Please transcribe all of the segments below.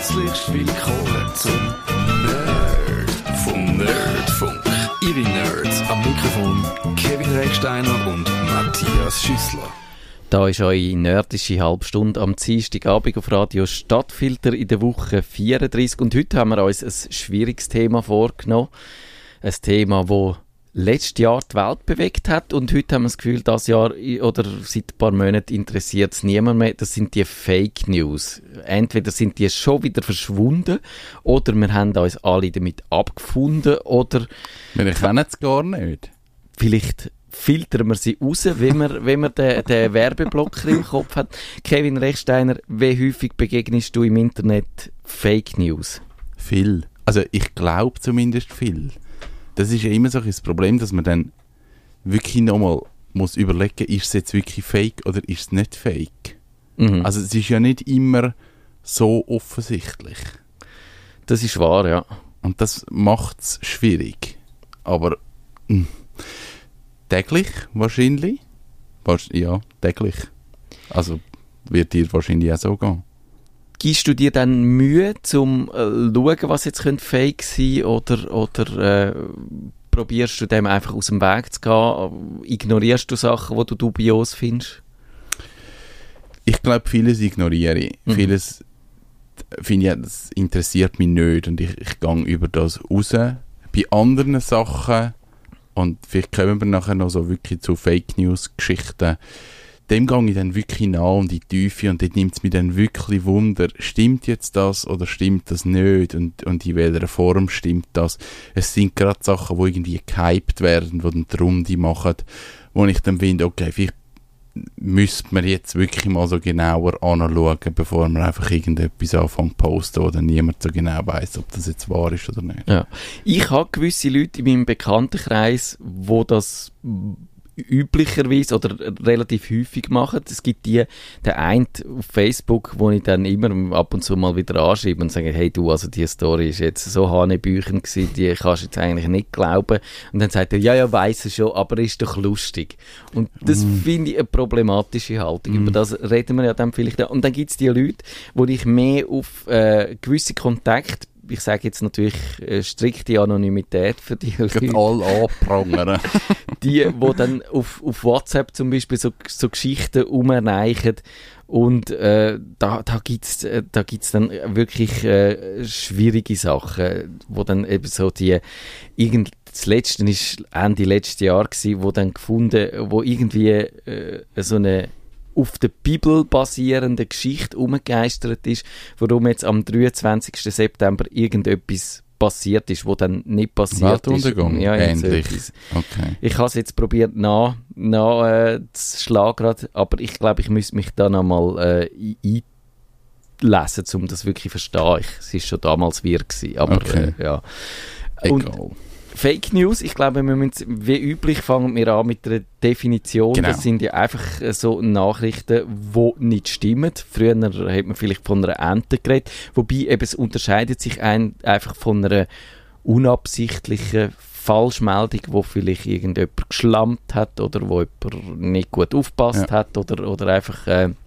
Herzlich willkommen zum Nerd vom Nerdfunk. Ihre Nerds am Mikrofon Kevin Recksteiner und Matthias Schüssler. Da ist eure nerdische Halbstunde am Dienstagabend auf Radio Stadtfilter in der Woche 34. Und heute haben wir uns ein schwieriges Thema vorgenommen. Ein Thema, das letztes Jahr die Welt bewegt hat. Und heute haben wir das Gefühl, dieses Jahr oder seit ein paar Monaten interessiert es niemand mehr. Das sind die Fake News. Entweder sind die schon wieder verschwunden oder wir haben uns alle damit abgefunden oder... Wir kennen es gar nicht. Vielleicht filtern wir sie raus, wenn man den Werbeblocker im Kopf hat. Kevin Rechsteiner, wie häufig begegnest du im Internet Fake News? Viel. Also ich glaube zumindest viel. Das ist ja immer so ein Problem, dass man dann wirklich nochmal muss überlegen, ist es jetzt wirklich fake oder ist es nicht fake? Mhm. Also es ist ja nicht immer so offensichtlich. Das ist wahr, ja. Und das macht es schwierig. Aber täglich wahrscheinlich? Ja, täglich. Also wird dir wahrscheinlich auch so gehen. Gibst du dir dann Mühe, zum schauen, was jetzt fake sein könnte, oder probierst du dem einfach aus dem Weg zu gehen? Ignorierst du Sachen, die du dubios findest? Ich glaube, vieles ignoriere ich. Vieles finde ich, das interessiert mich nicht und ich gehe über das raus. Bei anderen Sachen, und vielleicht kommen wir nachher noch so wirklich zu Fake-News-Geschichten, dem gehe ich dann wirklich nah und in die Tiefe und dort nimmt es mich dann wirklich Wunder, stimmt jetzt das oder stimmt das nicht und in welcher Form stimmt das? Es sind gerade Sachen, die irgendwie gehypt werden, die dann die Runde machen, wo ich dann finde, okay, vielleicht müsste man jetzt wirklich mal so genauer anschauen, bevor man einfach irgendetwas anfängt zu posten, wo dann niemand so genau weiss, ob das jetzt wahr ist oder nicht. Ja. Ich habe gewisse Leute in meinem Bekanntenkreis, wo das üblicherweise oder relativ häufig machen. Es gibt den einen auf Facebook, wo ich dann immer ab und zu mal wieder anschreibe und sage, hey du, also die Story ist jetzt so hanebüchen gewesen, die kannst du jetzt eigentlich nicht glauben. Und dann sagt er, ja, weiss er schon, aber ist doch lustig. Und das finde ich eine problematische Haltung. Über das reden wir ja dann vielleicht auch. Und dann gibt es die Leute, wo ich mehr auf gewisse Kontakte, ich sage jetzt natürlich strikte Anonymität für die Leute. Alle anprangern. Die dann auf WhatsApp zum Beispiel so Geschichten umreichen und da gibt's dann wirklich schwierige Sachen, wo dann eben so das letzte ist Ende letzten Jahr gewesen, wo dann gefunden, wo irgendwie so eine auf der Bibel basierende Geschichte umgegeistert ist, warum jetzt am 23. September irgendetwas passiert ist, wo dann nicht passiert ist. Weltuntergang? Ja, ähnlich. Okay. Ich habe es jetzt probiert zu schlagen, aber ich glaube, ich müsste mich da nochmal einlesen, um das wirklich zu verstehen. Es war schon damals wirr gewesen, aber okay. Ja. Egal. Fake News, ich glaube, wie üblich fangen wir an mit der Definition. Genau. Das sind ja einfach so Nachrichten, die nicht stimmen. Früher hat man vielleicht von einer Ente geredet, wobei eben es unterscheidet sich einfach von einer unabsichtlichen Falschmeldung, wo vielleicht irgendjemand geschlampt hat oder wo jemand nicht gut aufgepasst hat oder einfach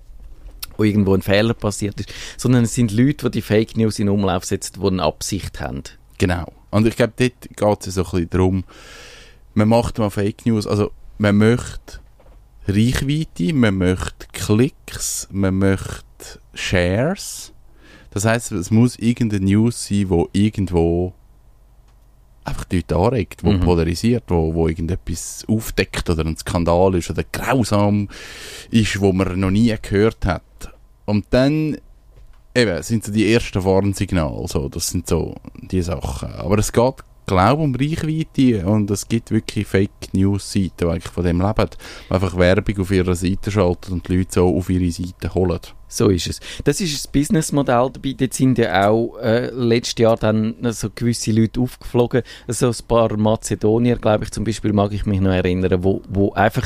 wo irgendwo ein Fehler passiert ist, sondern es sind Leute, die Fake News in Umlauf setzen, die eine Absicht haben. Genau. Und ich glaube, dort geht es so ein bisschen darum, man macht mal Fake News, also man möchte Reichweite, man möchte Klicks, man möchte Shares. Das heisst, es muss irgendeine News sein, die irgendwo einfach die Leute anregt, die polarisiert, wo irgendetwas aufdeckt oder ein Skandal ist oder grausam ist, wo man noch nie gehört hat. Und dann eben, sind so die ersten Warnsignale, so, das sind so die Sachen. Aber es geht, glaube ich, um Reichweite und es gibt wirklich Fake-News-Seiten, die eigentlich von dem leben, die einfach Werbung auf ihrer Seite schalten und die Leute so auf ihre Seite holen. So ist es. Das ist das Businessmodell dabei. Dort sind ja auch letztes Jahr dann so gewisse Leute aufgeflogen. So ein paar Mazedonier, glaube ich, zum Beispiel, mag ich mich noch erinnern, wo einfach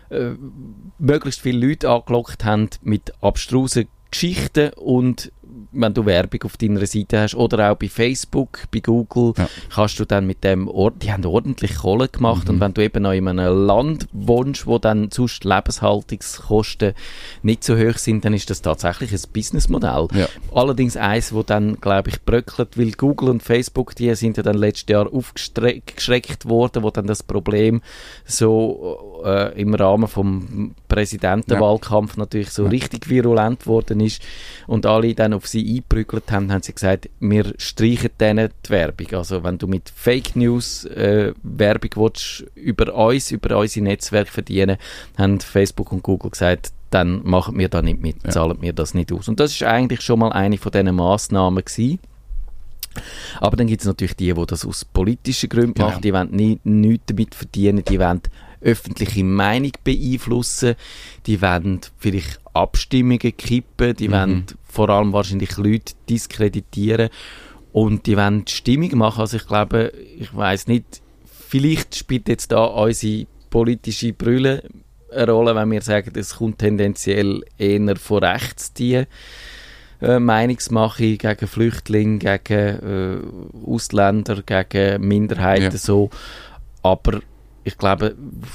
möglichst viele Leute angelockt haben mit abstrusen Geschichten und wenn du Werbung auf deiner Seite hast, oder auch bei Facebook, bei Google, kannst du dann mit dem, die haben ordentlich Kohle gemacht, und wenn du eben noch in einem Land wohnst, wo dann sonst Lebenshaltungskosten nicht so hoch sind, dann ist das tatsächlich ein Businessmodell. Ja. Allerdings eins, wo dann, glaube ich, bröckelt, weil Google und Facebook, die sind ja dann letztes Jahr aufgeschreckt worden, wo dann das Problem so im Rahmen vom Präsidentenwahlkampf natürlich so richtig virulent worden ist und alle dann auf sie eingeprügelt haben, haben sie gesagt, wir streichen denen die Werbung. Also wenn du mit Fake News Werbung willst, über unsere Netzwerke verdienen, haben Facebook und Google gesagt, dann machen wir da nicht mit, zahlen wir das nicht aus. Und das ist eigentlich schon mal eine von diesen Massnahmen gewesen. Aber dann gibt es natürlich die das aus politischen Gründen machen, die wollen nichts damit verdienen, die wollen öffentliche Meinung beeinflussen, die wollen vielleicht Abstimmungen kippen, die wollen vor allem wahrscheinlich Leute diskreditieren und die wollen Stimmung machen. Also ich glaube, ich weiss nicht, vielleicht spielt jetzt da unsere politische Brille eine Rolle, wenn wir sagen, es kommt tendenziell eher von rechts, die Meinungsmache gegen Flüchtlinge, gegen Ausländer, gegen Minderheiten, so. Aber ich glaube,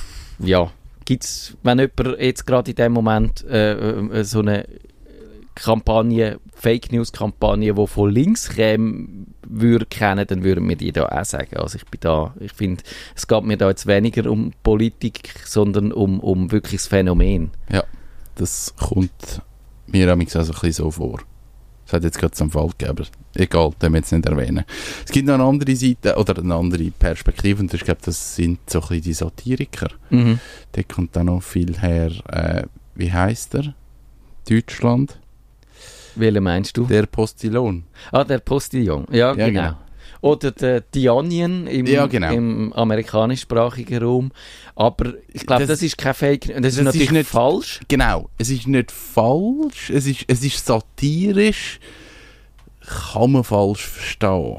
gibt's, wenn jemand jetzt gerade in dem Moment so eine Kampagne, Fake-News-Kampagne, die von links käme, würde kennen, dann würden wir die da auch sagen. Also ich finde, es geht mir da jetzt weniger um Politik, sondern um wirklich das Phänomen. Ja, das kommt mir auch so ein bisschen so vor. Das hat jetzt gerade zum Fall gegeben, aber egal, den wir jetzt nicht erwähnen. Es gibt noch eine andere Seite, oder eine andere Perspektive, und ich glaube, das sind so ein bisschen die Satiriker. Da kommt dann noch viel her, wie heisst er? Deutschland? Welchen meinst du? Der Postillon. Ah, der Postillon, ja genau. Oder der The Onion im amerikanischsprachigen Raum. Aber ich glaube, das ist kein Fake. Das ist natürlich nicht falsch. Genau, es ist nicht falsch. Es ist satirisch. Kann man falsch verstehen.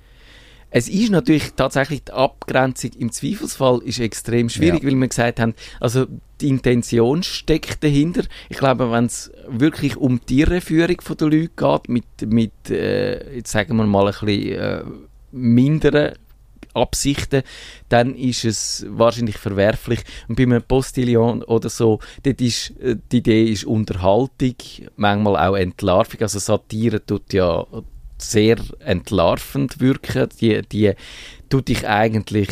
Es ist natürlich tatsächlich die Abgrenzung im Zweifelsfall ist extrem schwierig, weil wir gesagt haben, also die Intention steckt dahinter. Ich glaube, wenn es wirklich um die Irreführung der Leute geht, mit jetzt sagen wir mal ein bisschen minderen Absichten, dann ist es wahrscheinlich verwerflich. Und bei einem Postillon oder so, dort ist, die Idee ist Unterhaltung, manchmal auch Entlarvung. Also Satire tut ja sehr entlarvend wirken. Die tut dich eigentlich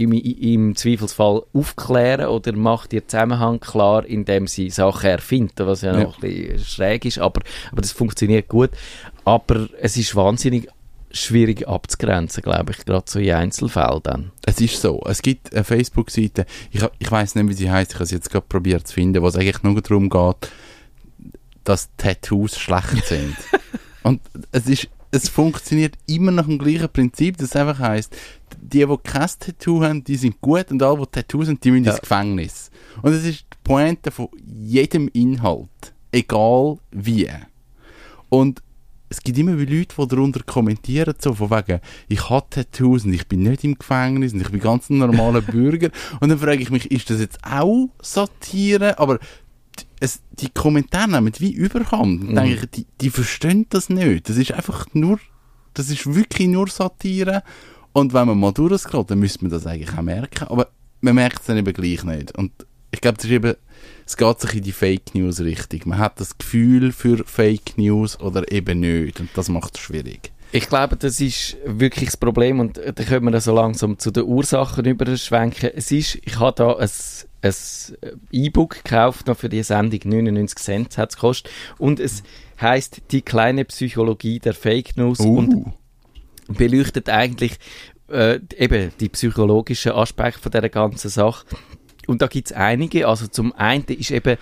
im Zweifelsfall aufklären oder macht dir Zusammenhang klar, indem sie Sachen erfinden, was ja noch ein bisschen schräg ist, aber das funktioniert gut. Aber es ist wahnsinnig schwierig abzugrenzen, glaube ich, gerade so in Einzelfällen dann. Es ist so, es gibt eine Facebook-Seite, ich weiss nicht, wie sie heisst, ich habe sie jetzt gerade probiert zu finden, wo es eigentlich nur darum geht, dass Tattoos schlecht sind. Und es funktioniert immer nach dem gleichen Prinzip, das einfach heisst, die kein Tattoo haben, die sind gut, und alle, die Tattoos haben, die müssen ins Gefängnis. Und das ist die Pointe von jedem Inhalt, egal wie. Und es gibt immer wieder Leute, die darunter kommentieren, so von wegen, ich habe Tattoos und ich bin nicht im Gefängnis und ich bin ganz ein normaler Bürger. Und dann frage ich mich, ist das jetzt auch Satire? Aber die Kommentare nehmen wie Überhand. Und denke ich, die verstehen das nicht. Das ist einfach nur, das ist wirklich nur Satire. Und wenn man mal durchscrollt, dann müsste man das eigentlich auch merken. Aber man merkt es dann eben gleich nicht. Und ich glaube, es geht sich in die Fake News Richtung. Man hat das Gefühl für Fake News oder eben nicht. Und das macht es schwierig. Ich glaube, das ist wirklich das Problem. Und da können wir dann so langsam zu den Ursachen überschwenken. Ich habe da ein E-Book gekauft, noch für die Sendung, 99 Cent hat es gekostet. Und es heisst «Die kleine Psychologie der Fake News» und beleuchtet eigentlich eben die psychologischen Aspekte von dieser ganzen Sache. Und da gibt es einige. Also zum einen ist eben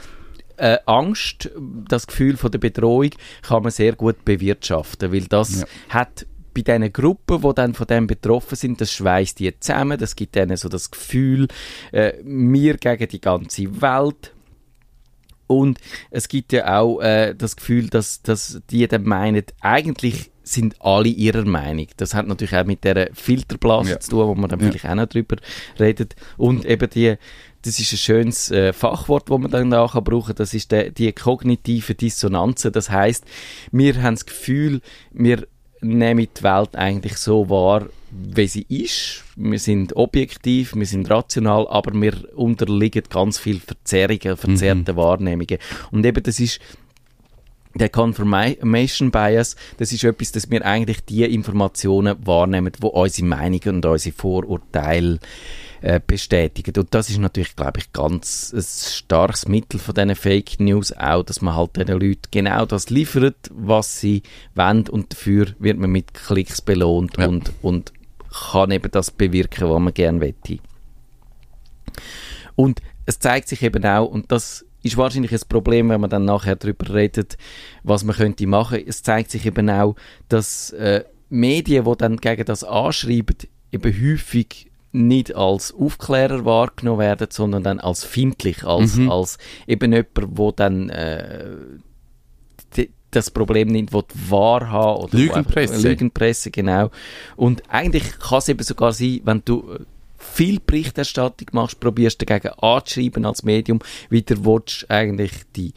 Angst, das Gefühl von der Bedrohung kann man sehr gut bewirtschaften, weil das hat bei diesen Gruppen, die dann von dem betroffen sind, das schweißt die zusammen, das gibt denen so das Gefühl, wir gegen die ganze Welt. Und es gibt ja auch das Gefühl, dass die dann meinen, eigentlich sind alle ihrer Meinung. Das hat natürlich auch mit dieser Filterblase zu tun, wo man dann vielleicht auch noch drüber redet. Und eben das ist ein schönes Fachwort, das man dann nachher brauchen, das ist die kognitive Dissonanz. Das heisst, wir haben das Gefühl, wir nehmen die Welt eigentlich so wahr, wie sie ist. Wir sind objektiv, wir sind rational, aber wir unterliegen ganz viel Verzerrungen, verzerrten Wahrnehmungen. Und eben das ist der Confirmation Bias, das ist etwas, dass wir eigentlich die Informationen wahrnehmen, die unsere Meinungen und unsere Vorurteile bestätigen. Und das ist natürlich, glaube ich, ganz ein starkes Mittel von diesen Fake News auch, dass man halt den Leuten genau das liefert, was sie wollen, und dafür wird man mit Klicks belohnt und kann eben das bewirken, was man gerne möchte. Und es zeigt sich eben auch, und das ist wahrscheinlich ein Problem, wenn man dann nachher darüber redet, was man könnte machen. Es zeigt sich eben auch, dass Medien, die dann gegen das anschreiben, eben häufig nicht als Aufklärer wahrgenommen werden, sondern dann als findlich, als eben jemand, der dann das Problem nicht wahrhaben oder Lügenpresse, genau. Und eigentlich kann es eben sogar sein, wenn du viel Berichterstattung machst, probierst dagegen anzuschreiben als Medium, wieder willst eigentlich die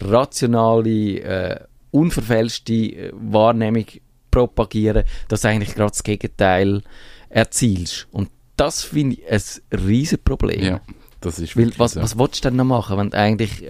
rationale, unverfälschte Wahrnehmung propagieren, dass du eigentlich gerade das Gegenteil erzielst. Und das finde ich ein riesen Problem. Ja, das ist weil was willst du denn noch machen, wenn du eigentlich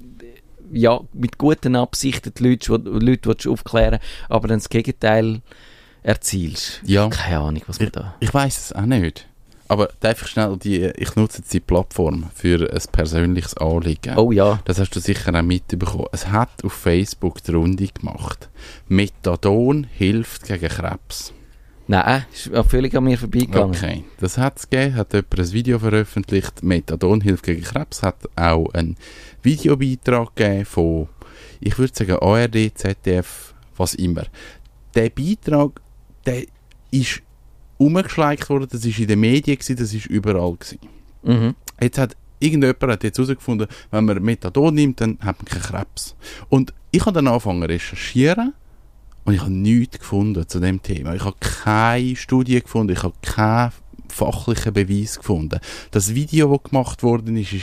mit guten Absichten die Leute aufklären, aber dann das Gegenteil erzielst? Ja. Keine Ahnung, was man da... Ich weiss es auch nicht. Aber einfach schnell, ich nutze jetzt die Plattform für ein persönliches Anliegen. Oh ja. Das hast du sicher auch mitbekommen. Es hat auf Facebook die Runde gemacht. Methadon hilft gegen Krebs. Nein, ist völlig an mir vorbeigegangen. Okay, das hat es gegeben, hat jemand ein Video veröffentlicht, Methadon hilft gegen Krebs, hat auch einen Videobeitrag gegeben von, ich würde sagen, ARD, ZDF, was immer. Der Beitrag, der ist umgeschleicht worden, das war in den Medien, das war überall. Mhm. Jetzt hat irgendjemand jetzt herausgefunden, wenn man Methadon nimmt, dann hat man keinen Krebs. Und ich habe dann angefangen zu recherchieren, und ich habe nichts gefunden zu dem Thema. Ich habe keine Studie gefunden, ich habe keinen fachlichen Beweis gefunden. Das Video, das gemacht worden ist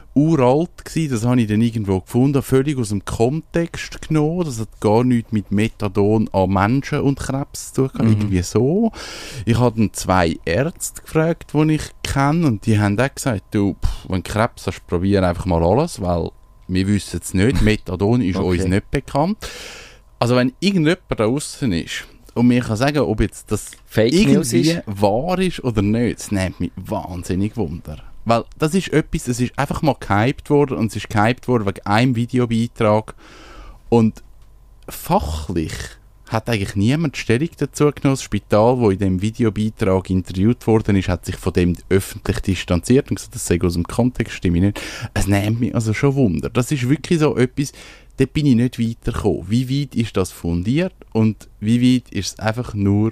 uralt gewesen, das habe ich dann irgendwo gefunden, völlig aus dem Kontext genommen. Das hat gar nichts mit Methadon an Menschen und Krebs zu tun, irgendwie so. Ich habe dann 2 Ärzte gefragt, die ich kenne, und die haben auch gesagt, du, wenn du Krebs hast, probier einfach mal alles, weil wir wissen es nicht, Methadon ist uns nicht bekannt. Also wenn irgendjemand da draussen ist und mir kann sagen, ob jetzt das Fake irgendwie wahr ist oder nicht, das nimmt mich wahnsinnig Wunder. Weil das ist etwas, es ist einfach mal gehypt worden, und es ist gehypt worden wegen einem Videobeitrag, und fachlich hat eigentlich niemand Stellung dazu genommen. Das Spital, das in diesem Videobeitrag interviewt worden ist, hat sich von dem öffentlich distanziert und gesagt, das sei aus dem Kontext, stimme nicht. Es nimmt mich also schon Wunder. Das ist wirklich so etwas, dort bin ich nicht weitergekommen. Wie weit ist das fundiert und wie weit ist es einfach nur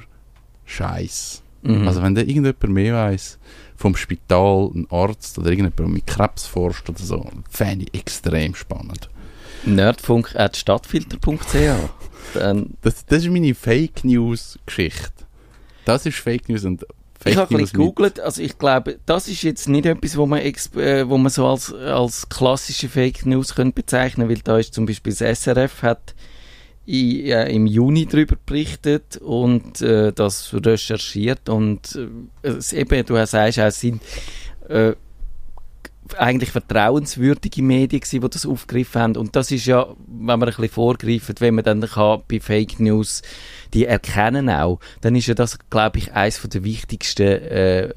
Scheiß? Also wenn da irgendjemand mehr weiss vom Spital, ein Arzt oder irgendjemand, der mit Krebs forscht oder so, fände ich extrem spannend. Nerdfunk@stadtfilter.ch Das ist meine Fake News Geschichte. Das ist Fake News und Fake ich habe News gegoogelt, also ich glaube, das ist jetzt nicht etwas, wo man so als klassische Fake News bezeichnen könnte, weil da ist zum Beispiel das SRF hat im Juni darüber berichtet und das recherchiert, und eben, du sagst, es sind eigentlich vertrauenswürdige Medien gewesen, die das aufgegriffen haben, und das ist ja, wenn man ein bisschen vorgreift, wenn man dann kann bei Fake News die erkennen auch, dann ist ja das, glaube ich, eines der wichtigsten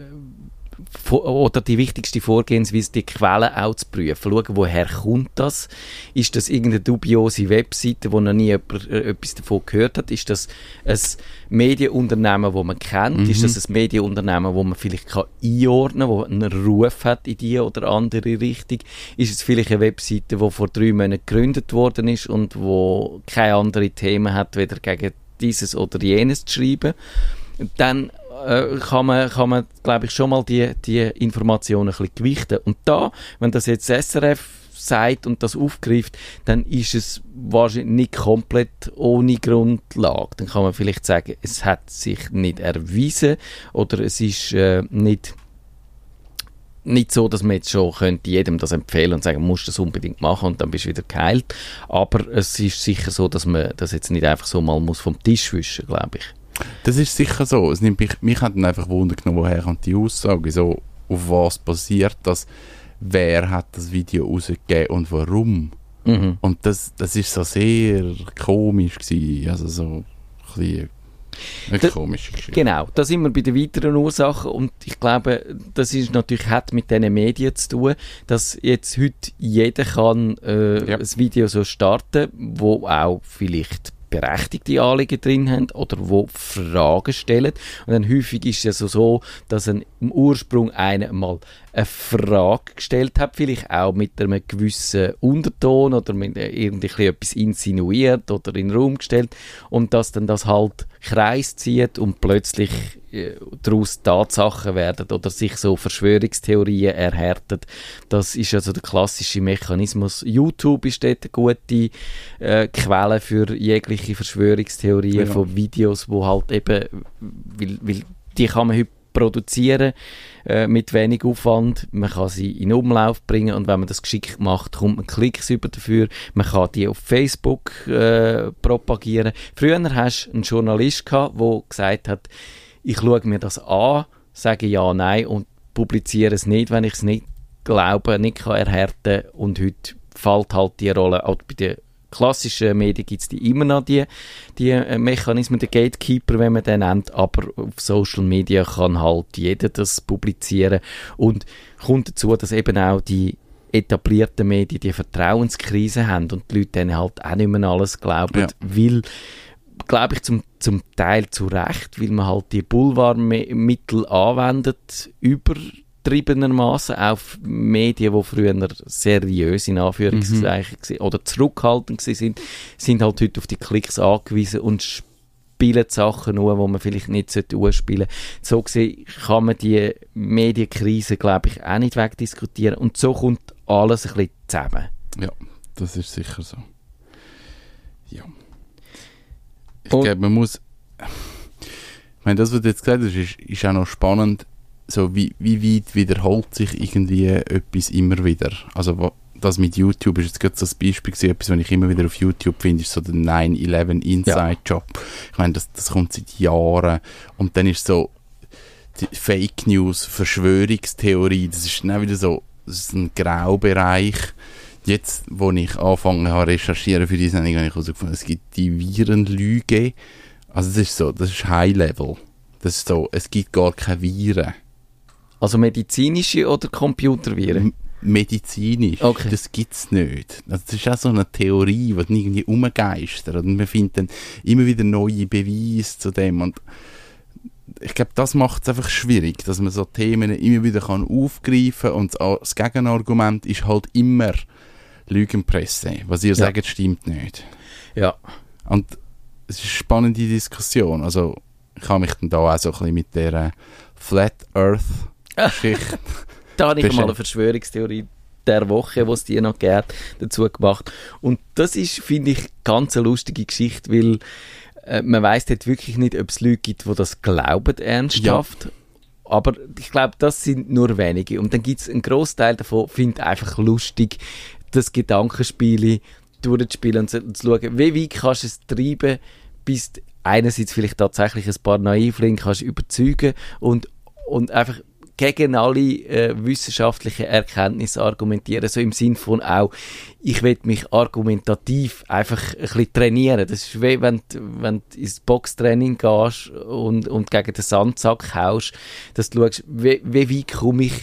oder die wichtigste Vorgehensweise, die Quellen auch zu prüfen. Schauen, woher kommt das? Ist das irgendeine dubiose Webseite, wo noch nie jemand etwas davon gehört hat? Ist das ein Medienunternehmen, das man kennt? Ist das ein Medienunternehmen, das man vielleicht einordnen kann, das einen Ruf hat in die oder andere Richtung? Ist es vielleicht eine Webseite, die vor 3 Monaten gegründet worden ist und wo keine anderen Themen hat, weder gegen dieses oder jenes zu schreiben? Dann kann man, glaube ich, schon mal die Informationen ein bisschen gewichten. Und da, wenn das jetzt das SRF sagt und das aufgreift, dann ist es wahrscheinlich nicht komplett ohne Grundlage. Dann kann man vielleicht sagen, es hat sich nicht erwiesen oder es ist nicht nicht so, dass man jetzt schon könnte jedem das empfehlen und sagen, musst du das unbedingt machen und dann bist du wieder geheilt. Aber es ist sicher so, dass man das jetzt nicht einfach so mal muss vom Tisch wischen, glaube ich. Das ist sicher so. Es nimmt mich hat dann einfach Wunder genommen, woher kommt die Aussage, so, auf was basiert das, wer hat das Video rausgegeben und warum. Mhm. Und das ist so sehr komisch gewesen, also so ein bisschen eine komische Geschichte. Genau, da sind wir bei den weiteren Ursachen und ich glaube, das ist natürlich, hat mit diesen Medien zu tun, dass jetzt heute jeder kann ein Video so starten, wo auch vielleicht berechtigte Anliegen drin haben oder wo Fragen stellen. Und dann häufig ist es ja so, dass im Ursprung einer mal eine Frage gestellt hat, vielleicht auch mit einem gewissen Unterton oder mit irgendwie etwas insinuiert oder in den Raum gestellt und dass dann das halt Kreis zieht und plötzlich daraus Tatsachen werden oder sich so Verschwörungstheorien erhärten. Das ist also der klassische Mechanismus. YouTube ist dort eine gute Quelle für jegliche Verschwörungstheorien von Videos, wo halt eben, weil die kann man heute produzieren mit wenig Aufwand. Man kann sie in Umlauf bringen und wenn man das geschickt macht, kommt man Klicks über dafür. Man kann die auf Facebook propagieren. Früher hast du einen Journalist gehabt, der gesagt hat, ich schaue mir das an, sage ja, nein und publiziere es nicht, wenn ich es nicht glaube, nicht kann erhärten. Und heute fällt halt die Rolle, auch bei den klassischen Medien gibt es immer noch die Mechanismen, der Gatekeeper, wenn man den nennt, aber auf Social Media kann halt jeder das publizieren und kommt dazu, dass eben auch die etablierten Medien die Vertrauenskrise haben und die Leute denen halt auch nicht mehr alles glauben, weil, glaube ich, zum Teil zu Recht, weil man halt die Boulevardmittel anwendet, übertriebenermaßen auf Medien, die früher seriös in Anführungszeichen oder zurückhaltend sind halt heute auf die Klicks angewiesen und spielen Sachen nur, die man vielleicht nicht ausspielen sollte. So gesehen kann man die Medienkrise, glaube ich, auch nicht wegdiskutieren und so kommt alles ein bisschen zusammen. Ja, das ist sicher so. Ja. Ich glaube, man muss... Ich meine, das, was du jetzt gesagt hast, ist auch noch spannend, so wie weit wiederholt sich irgendwie etwas immer wieder. Also das mit YouTube ist jetzt gerade so ein Beispiel gewesen, etwas, was ich immer wieder auf YouTube finde, ist so der 9/11 Inside-Job. Ich meine, das kommt seit Jahren und dann ist so die Fake News, Verschwörungstheorie, das ist dann wieder so, das ist ein Graubereich. Jetzt, wo ich angefangen habe recherchieren für diese Sendung, habe ich herausgefunden, es gibt die Virenlüge. Also das ist High-Level. Das ist so, es gibt gar keine Viren. Also medizinische oder Computerviren? Medizinisch. Okay. Das gibt es nicht. Also das ist auch so eine Theorie, die dann irgendwie umgeistert. Und man findet dann immer wieder neue Beweise zu dem. Und ich glaube, das macht es einfach schwierig, dass man so Themen immer wieder aufgreifen kann. Und das Gegenargument ist halt immer Lügenpresse. Was ihr sagt, stimmt nicht. Ja. Und es ist eine spannende Diskussion. Also ich habe mich dann da auch so ein bisschen mit der Flat Earth Geschichte da habe ich mal eine Verschwörungstheorie der Woche, die es die noch gibt, dazu gemacht. Und das ist, finde ich, ganz eine lustige Geschichte, weil man weiss dort wirklich nicht, ob es Leute gibt, die das glauben ernsthaft. Ja. Aber ich glaube, das sind nur wenige. Und dann gibt es einen Großteil davon, finde einfach lustig, das Gedankenspiel durchzuspielen und zu schauen, wie weit kannst du es treiben, bis einerseits vielleicht tatsächlich ein paar Naivlinge kannst überzeugen und einfach gegen alle wissenschaftlichen Erkenntnisse argumentieren, so im Sinn von auch, ich will mich argumentativ einfach ein bisschen trainieren. Das ist wie wenn du ins Boxtraining gehst und gegen den Sandsack haust, dass du schaust, wie weit komme ich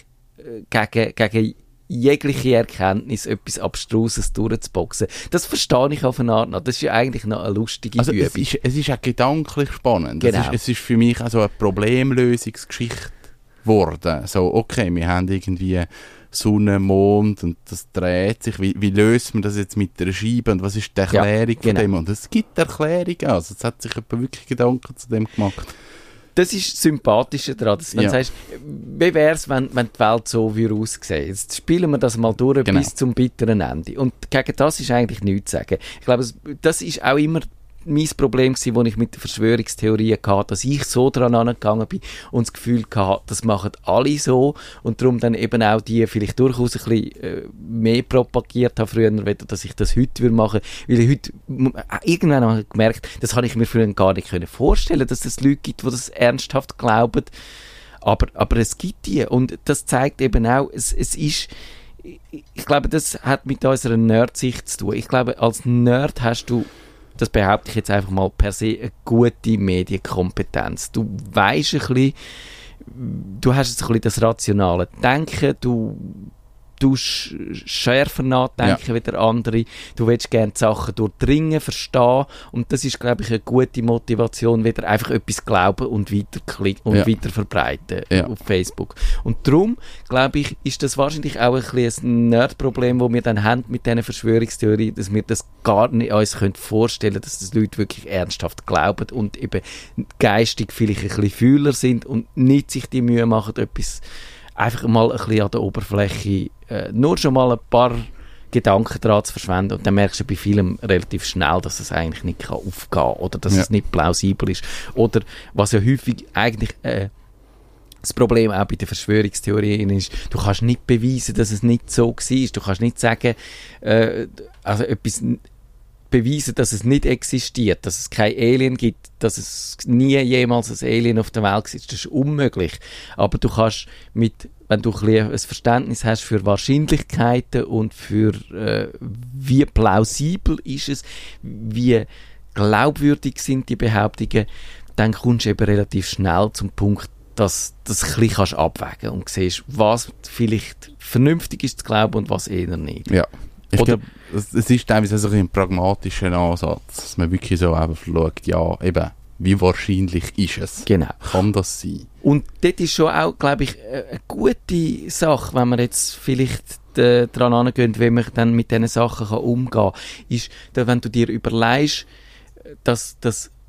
gegen jegliche Erkenntnis, etwas Abstruses durchzuboxen. Das verstehe ich auf eine Art noch. Das ist ja eigentlich noch eine lustige Übung. Es ist auch gedanklich spannend. Genau. Es ist für mich also eine Problemlösungsgeschichte geworden. So, okay, wir haben irgendwie Sonne, Mond und das dreht sich. Wie löst man das jetzt mit der Scheibe und was ist die Erklärung von dem? Und es gibt Erklärungen. Also es hat sich jemand wirklich Gedanken zu dem gemacht. Das ist das Sympathische daran, dass wenn du sagst, wie wäre es, wenn die Welt so aussehen. Jetzt spielen wir das mal durch bis zum bitteren Ende. Und gegen das ist eigentlich nichts zu sagen. Ich glaube, das ist auch immer mein Problem gewesen, das ich mit der Verschwörungstheorie hatte, dass ich so dran angegangen bin und das Gefühl hatte, das machen alle so und darum dann eben auch die vielleicht durchaus ein bisschen mehr propagiert habe früher, dass ich das heute machen würde. Weil heute, irgendwann habe ich gemerkt, das habe ich mir früher gar nicht vorstellen können, dass es Leute gibt, die das ernsthaft glauben. Aber es gibt die und das zeigt eben auch, es ist, ich glaube, das hat mit unserer Nerd-Sicht zu tun. Ich glaube, als Nerd hast du, das behaupte ich jetzt einfach mal per se, eine gute Medienkompetenz. Du weisst ein bisschen, du hast ein bisschen das rationale Denken, du schärfer nachdenken wie der andere, du willst gerne die Sachen durchdringen, verstehen und das ist, glaube ich, eine gute Motivation, wieder einfach etwas glauben und weiterklicken und weiter verbreiten auf Facebook. Und darum, glaube ich, ist das wahrscheinlich auch ein bisschen ein Nerd-Problem, das wir dann haben mit diesen Verschwörungstheorien, dass wir das gar nicht uns vorstellen können, dass das Leute wirklich ernsthaft glauben und eben geistig vielleicht ein bisschen fühler sind und nicht sich die Mühe machen, etwas einfach mal ein bisschen an der Oberfläche nur schon mal ein paar Gedanken daran zu verschwenden und dann merkst du bei vielem relativ schnell, dass es eigentlich nicht aufgehen kann oder dass es nicht plausibel ist. Oder was ja häufig eigentlich das Problem auch bei den Verschwörungstheorien ist, du kannst nicht beweisen, dass es nicht so war. Du kannst nicht sagen, also etwas beweisen, dass es nicht existiert, dass es kein Alien gibt, dass es nie jemals ein Alien auf der Welt war. Das ist unmöglich. Aber du kannst wenn du ein Verständnis hast für Wahrscheinlichkeiten und für wie plausibel ist es, wie glaubwürdig sind die Behauptungen, dann kommst du eben relativ schnell zum Punkt, dass du das ein bisschen abwägen und siehst, was vielleicht vernünftig ist zu glauben und was eher nicht. Ja. Ich glaube, es ist teilweise so ein pragmatischer Ansatz, dass man wirklich so einfach schaut, ja, eben, wie wahrscheinlich ist es? Genau. Kann das sein? Und dort ist schon auch, glaube ich, eine gute Sache, wenn man jetzt vielleicht daran angehen, wie man dann mit diesen Sachen umgehen kann, ist, dass, wenn du dir überlegst, dass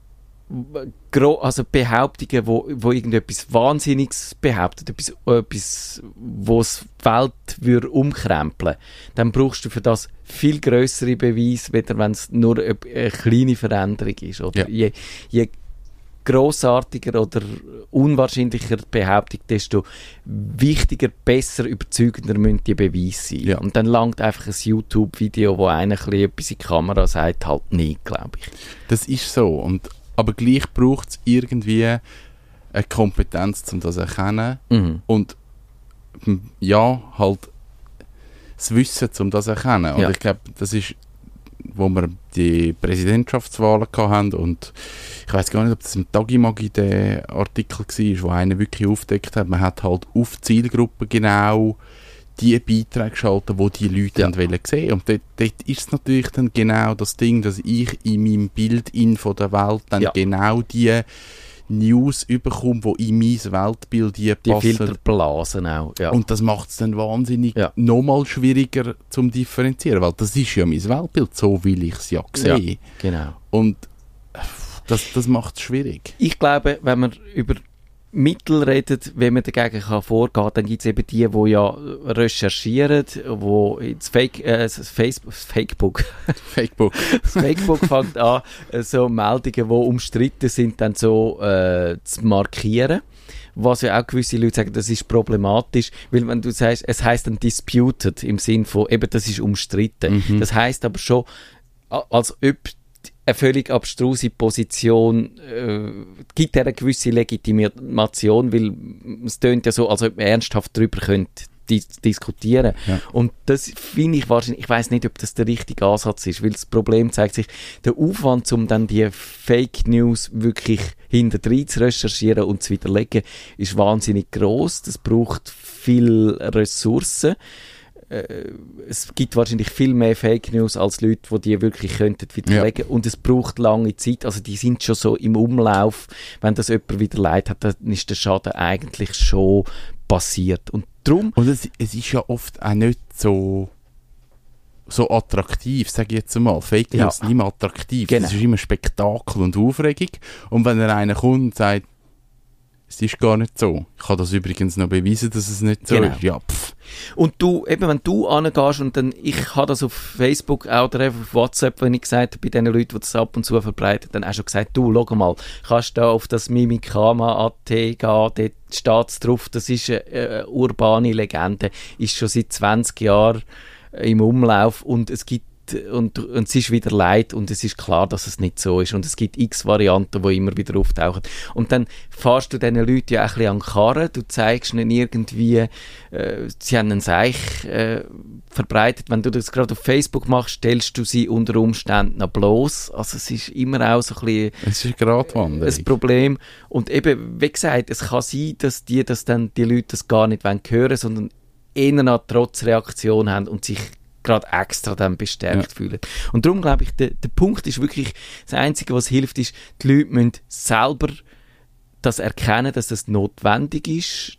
also Behauptungen, wo irgendetwas Wahnsinniges behauptet, etwas, wo die Welt umkrempeln würde, dann brauchst du für das viel grössere Beweise, weder wenn es nur eine kleine Veränderung ist. Oder je grossartiger oder unwahrscheinlicher die Behauptung, desto wichtiger, besser, überzeugender müssen die Beweise sein. Ja. Und dann langt einfach ein YouTube-Video, wo einer etwas in die Kamera sagt, halt nicht, glaube ich. Das ist so. Aber gleich braucht es irgendwie eine Kompetenz, um das zu erkennen. Mhm. Und ja, halt das Wissen, um das zu erkennen. Und ich glaube, das ist, wo wir die Präsidentschaftswahlen hatten und ich weiß gar nicht, ob das im Tagimagi der Artikel war, wo einer wirklich aufgedeckt hat, man hat halt auf die Zielgruppe genau die Beiträge geschaltet, die die Leute wollen sehen. Und dort ist es natürlich dann genau das Ding, dass ich in meinem Bild von der Welt dann genau die News überkomme, die in mein Weltbild passen. Die Filterblasen auch, ja. Und das macht es dann wahnsinnig nochmal schwieriger zum Differenzieren, weil das ist ja mein Weltbild, so will ich es ja sehen. Ja, genau. Und das macht es schwierig. Ich glaube, wenn man über Mittel redet, wenn man dagegen vorgehen kann, dann gibt es eben die ja recherchieren, wo ins Fakebook fängt an, so Meldungen, die umstritten sind, dann so zu markieren. Was ja auch gewisse Leute sagen, das ist problematisch, weil wenn du sagst, es heisst dann disputed, im Sinn von, eben das ist umstritten. Mhm. Das heisst aber schon, als ob eine völlig abstruse Position gibt eine gewisse Legitimation, weil es tönt ja so, als ob man ernsthaft darüber könnte diskutieren. Ja. Und das finde ich wahrscheinlich, ich weiss nicht, ob das der richtige Ansatz ist, weil das Problem zeigt sich, der Aufwand, um dann die Fake News wirklich hinterdrein zu recherchieren und zu widerlegen, ist wahnsinnig gross. Das braucht viel Ressourcen. Es gibt wahrscheinlich viel mehr Fake News als Leute, die wirklich könnten widerlegen. Ja. Und es braucht lange Zeit. Also die sind schon so im Umlauf. Wenn das jemand widerlegt hat, dann ist der Schaden eigentlich schon passiert. Und darum... Und es ist ja oft auch nicht so attraktiv, sage ich jetzt einmal. Fake News sind immer attraktiv. Genau. Es ist immer Spektakel und Aufregung. Und wenn einer kommt und sagt, es ist gar nicht so. Ich kann das übrigens noch beweisen, dass es nicht so ist. Ja, Und du, eben, wenn du angehst und dann, ich habe das auf Facebook oder auf WhatsApp, wenn ich gesagt habe, bei den Leuten, die das ab und zu verbreiten, dann auch schon gesagt, du, schau mal, kannst da auf das Mimikama.at gehen, dort steht es drauf, das ist eine urbane Legende, ist schon seit 20 Jahren im Umlauf und es gibt und es ist wieder leid und es ist klar, dass es nicht so ist und es gibt x Varianten, die immer wieder auftauchen und dann fährst du diesen Leuten ja auch ein bisschen an die Karre, du zeigst ihnen irgendwie sie haben einen Seich verbreitet, wenn du das gerade auf Facebook machst, stellst du sie unter Umständen noch bloß, also es ist immer auch so ein bisschen es ist Gratwanderung. ein Problem und eben, wie gesagt, es kann sein, dass die Leute das gar nicht hören wollen, sondern eher eine Trotzreaktion haben und sich gerade extra dann bestärkt fühlen. Und darum glaube ich, der Punkt ist wirklich, das Einzige, was hilft, ist, die Leute müssen selber das erkennen, dass das notwendig ist,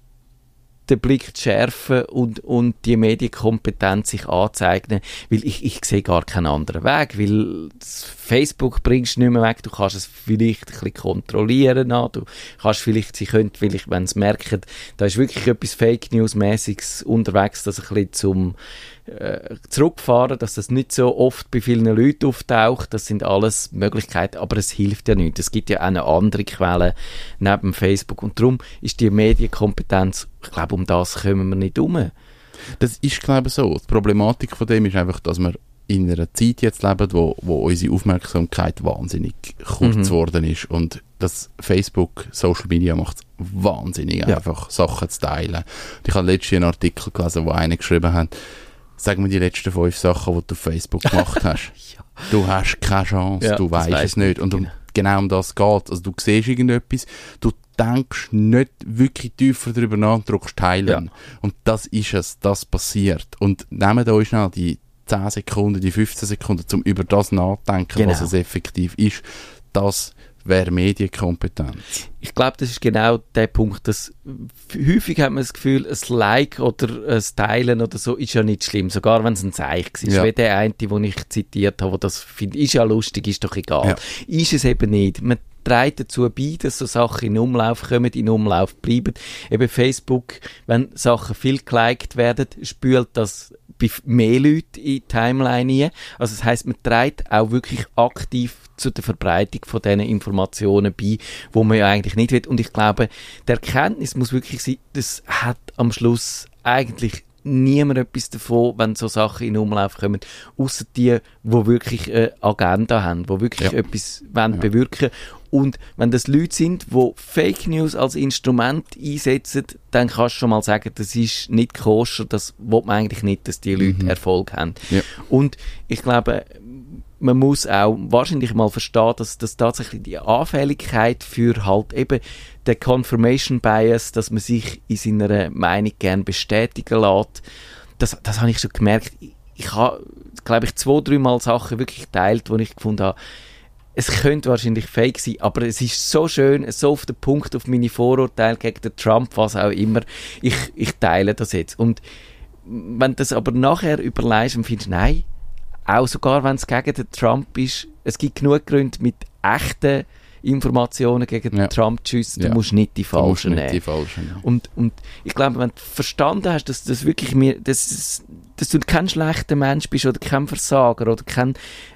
den Blick zu schärfen und die Medienkompetenz sich anzeigen, weil ich sehe gar keinen anderen Weg, weil das Facebook bringst du nicht mehr weg, du kannst es vielleicht ein bisschen kontrollieren, du kannst vielleicht, sie können vielleicht, wenn sie merken, da ist wirklich etwas Fake News-mäßiges unterwegs, das ein bisschen zum zurückfahren, dass das nicht so oft bei vielen Leuten auftaucht, das sind alles Möglichkeiten, aber es hilft ja nicht. Es gibt ja auch eine andere Quelle neben Facebook und darum ist die Medienkompetenz, ich glaube, um das kommen wir nicht um. Das ist, glaube ich, so. Die Problematik von dem ist einfach, dass wir in einer Zeit jetzt leben, wo unsere Aufmerksamkeit wahnsinnig kurz geworden ist und das Facebook, Social Media macht es wahnsinnig einfach, Sachen zu teilen. Und ich habe letztens einen Artikel gelesen, wo einer geschrieben hat, sag mir die letzten 5 Sachen, die du auf Facebook gemacht hast. Du hast keine Chance, du weißt es nicht. Und genau um das geht. Also du siehst irgendetwas, du denkst nicht wirklich tiefer darüber nach und drückst teilen. Ja. Und das ist es, das passiert. Und nehmen da schnell die 10 Sekunden, die 15 Sekunden, um über das nachzudenken, was es effektiv ist. Das wäre Medienkompetenz. Ich glaube, das ist genau der Punkt, dass häufig hat man das Gefühl, ein Like oder ein Teilen oder so ist ja nicht schlimm, sogar wenn es ein Zeichen ist. Ja. Wie der eine, den ich zitiert habe, wo das finde, ist ja lustig, ist doch egal. Ja. Ist es eben nicht. Man trägt dazu bei, dass so Sachen in Umlauf kommen, in Umlauf bleiben. Eben Facebook, wenn Sachen viel geliked werden, spült das bei mehr Leuten in die Timeline rein. Also das heisst, man trägt auch wirklich aktiv zu der Verbreitung von diesen Informationen bei, wo man ja eigentlich nicht will. Und ich glaube, die Erkenntnis muss wirklich sein, das hat am Schluss eigentlich niemand etwas davon, wenn so Sachen in Umlauf kommen, außer die wirklich eine Agenda haben, die wirklich etwas bewirken. Und wenn das Leute sind, die Fake News als Instrument einsetzen, dann kannst du schon mal sagen, das ist nicht koscher, das will man eigentlich nicht, dass die Leute Erfolg haben. Ja. Und ich glaube, man muss auch wahrscheinlich mal verstehen, dass tatsächlich die Anfälligkeit für halt eben den Confirmation Bias, dass man sich in seiner Meinung gerne bestätigen lässt, das habe ich schon gemerkt. Ich habe, glaube ich, 2-3 Mal Sachen wirklich geteilt, wo ich gefunden habe, es könnte wahrscheinlich fake sein, aber es ist so schön, so auf den Punkt, auf meine Vorurteile gegen den Trump, was auch immer, ich teile das jetzt. Und wenn du das aber nachher überlegst und findest, nein, auch sogar wenn es gegen den Trump ist, es gibt genug Gründe mit echten Informationen gegen den Trump zu schiessen, du musst nicht die falschen nehmen. Und ich glaube, wenn du verstanden hast, dass das wirklich dass du kein schlechter Mensch bist oder kein Versager oder kein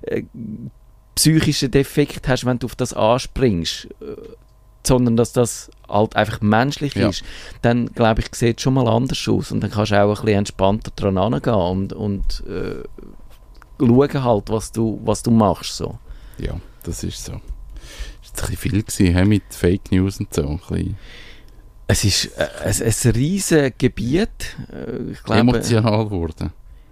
psychischen Defekt hast, wenn du auf das anspringst, sondern dass das halt einfach menschlich ist, dann, glaube ich, sieht es schon mal anders aus und dann kannst du auch ein bisschen entspannter dran angehen und schauen halt, was du machst. So. Ja, das ist so. Das war ein bisschen viel gewesen, mit Fake News und so. Ein bisschen. Es ist ein riesiges Gebiet. Ich glaube, emotional geworden.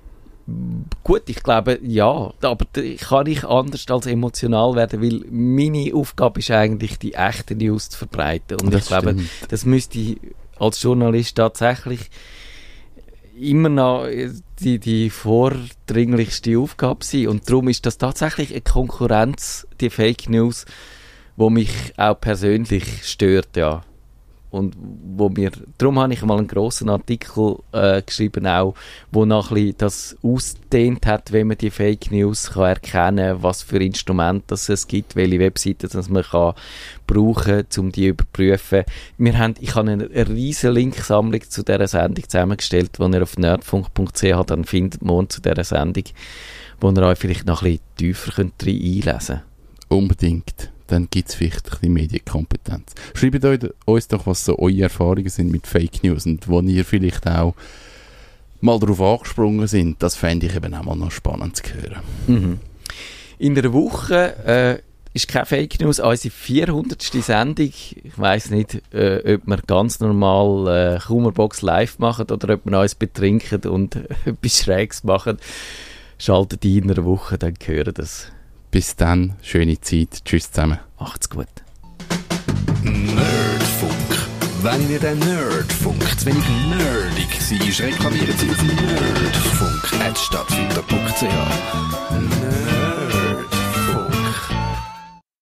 Gut, ich glaube, ja, aber kann ich anders als emotional werden, weil meine Aufgabe ist eigentlich, die echten News zu verbreiten. Und ich glaube, das müsste ich als Journalist tatsächlich immer noch die vordringlichste Aufgabe sein. Und darum ist das tatsächlich eine Konkurrenz, die Fake News, die mich auch persönlich stört, ja. und darum habe ich mal einen grossen Artikel geschrieben auch, wo noch ein bisschen das ausgedehnt hat, wenn man die Fake News kann erkennen, was für Instrumente es gibt, welche Webseiten das man kann brauchen, um die zu überprüfen. Ich habe eine riesige Linksammlung zu dieser Sendung zusammengestellt, die ihr auf nerdfunk.ch dann findet, morgen zu dieser Sendung, wo ihr euch vielleicht noch ein bisschen tiefer einlesen könnt. Unbedingt. Dann gibt es vielleicht ein bisschen Medienkompetenz. Schreibt uns doch, was so eure Erfahrungen sind mit Fake News und wo ihr vielleicht auch mal darauf angesprungen sind. Das fände ich eben auch mal noch spannend zu hören. Mhm. In einer Woche ist keine Fake News, unsere 400. Sendung. Ich weiss nicht, ob wir ganz normal Kummerbox live machen oder ob wir uns betrinken und etwas Schräges machen. Schaltet ein in einer Woche, dann hören das. Bis dann, schöne Zeit. Tschüss zusammen. Macht's gut. Nerdfunk. Wenn ihr den Nerdfunk zu wenig nerdig seid, reklamiert sie auf nerdfunk@stadtfilter.ch.